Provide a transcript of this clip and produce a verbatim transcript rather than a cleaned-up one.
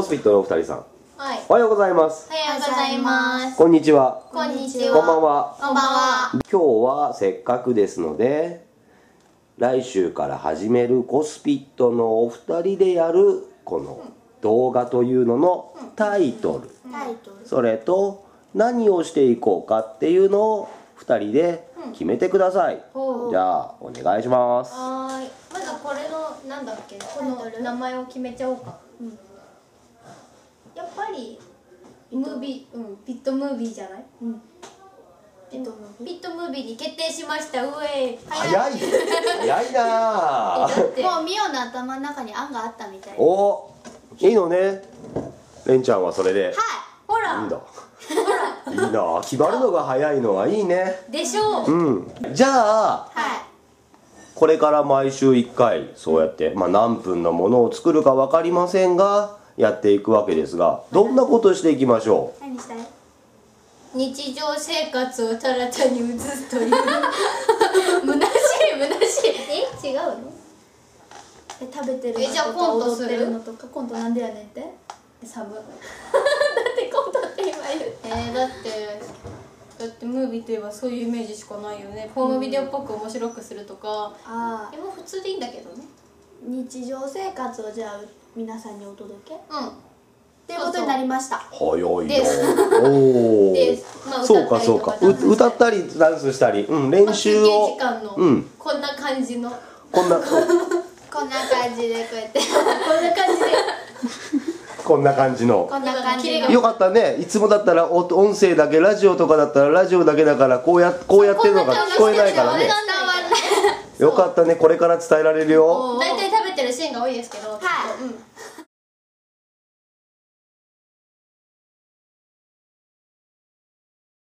スピットのお二人さん、 はい、 おはようございます。 おはようございます。 こんにちは。 こんにちは。 こんばんは。 こんばんは。 今日はせっかくですので、来週から始めるコスピットのお二人でやるこの動画というののタイトル、 タイトル、 それと何をしていこうかっていうのを二人で決めてください。じゃあお願いします。 はーい。まずこれのなんだっけ、この名前を決めちゃおうか。うん、やっぱりムービー、うん、ピットムービーじゃない？うん。ピットムービー。ピットムービーに決定しました。うえ。 早い。早いなあ。 だってもうミオの頭の中に案があったみたい。 お、いいのね。レンちゃんはそれで。 はい。ほら。 いいんだ。いいな、決まるのが早いのはいいね。 でしょう。 うん。じゃあ、 はい、 これから毎週いっかいそうやって、まあ、何分のものを作るか分かりませんがやっていくわけですが、どんなことをしていきましょう？ 何したい？日常生活をただ単に映すという虚しい虚しい。え、違うの？え、食べてるのとか、じゃあコントする？踊ってるのとか。コントなんでやねんって？サブだってコントって今言う。えー、だってだってムービーといえばそういうイメージしかないよね。ホームビデオっぽく面白くするとか、ああ、でも普通でいいんだけどね。日常生活をじゃあ皆さんにお届け、うん、っていうことになりました。 早いな。 です。 おお。 です。まあ、 そうかそうか。う歌ったりダンスしたり、うん、練習を、 まあ、 うん、 こんな感じのこんなこんな感じでこうやってこんな感じでこんな感じの。 こんな感じの。 よかったね。いつもだったら音声だけ、ラジオとかだったらラジオだけだからこうやこうやってるのが聞こえないからね。よかったね。これから伝えられるよ。 大体食べてるシーンが多いですけど。はい。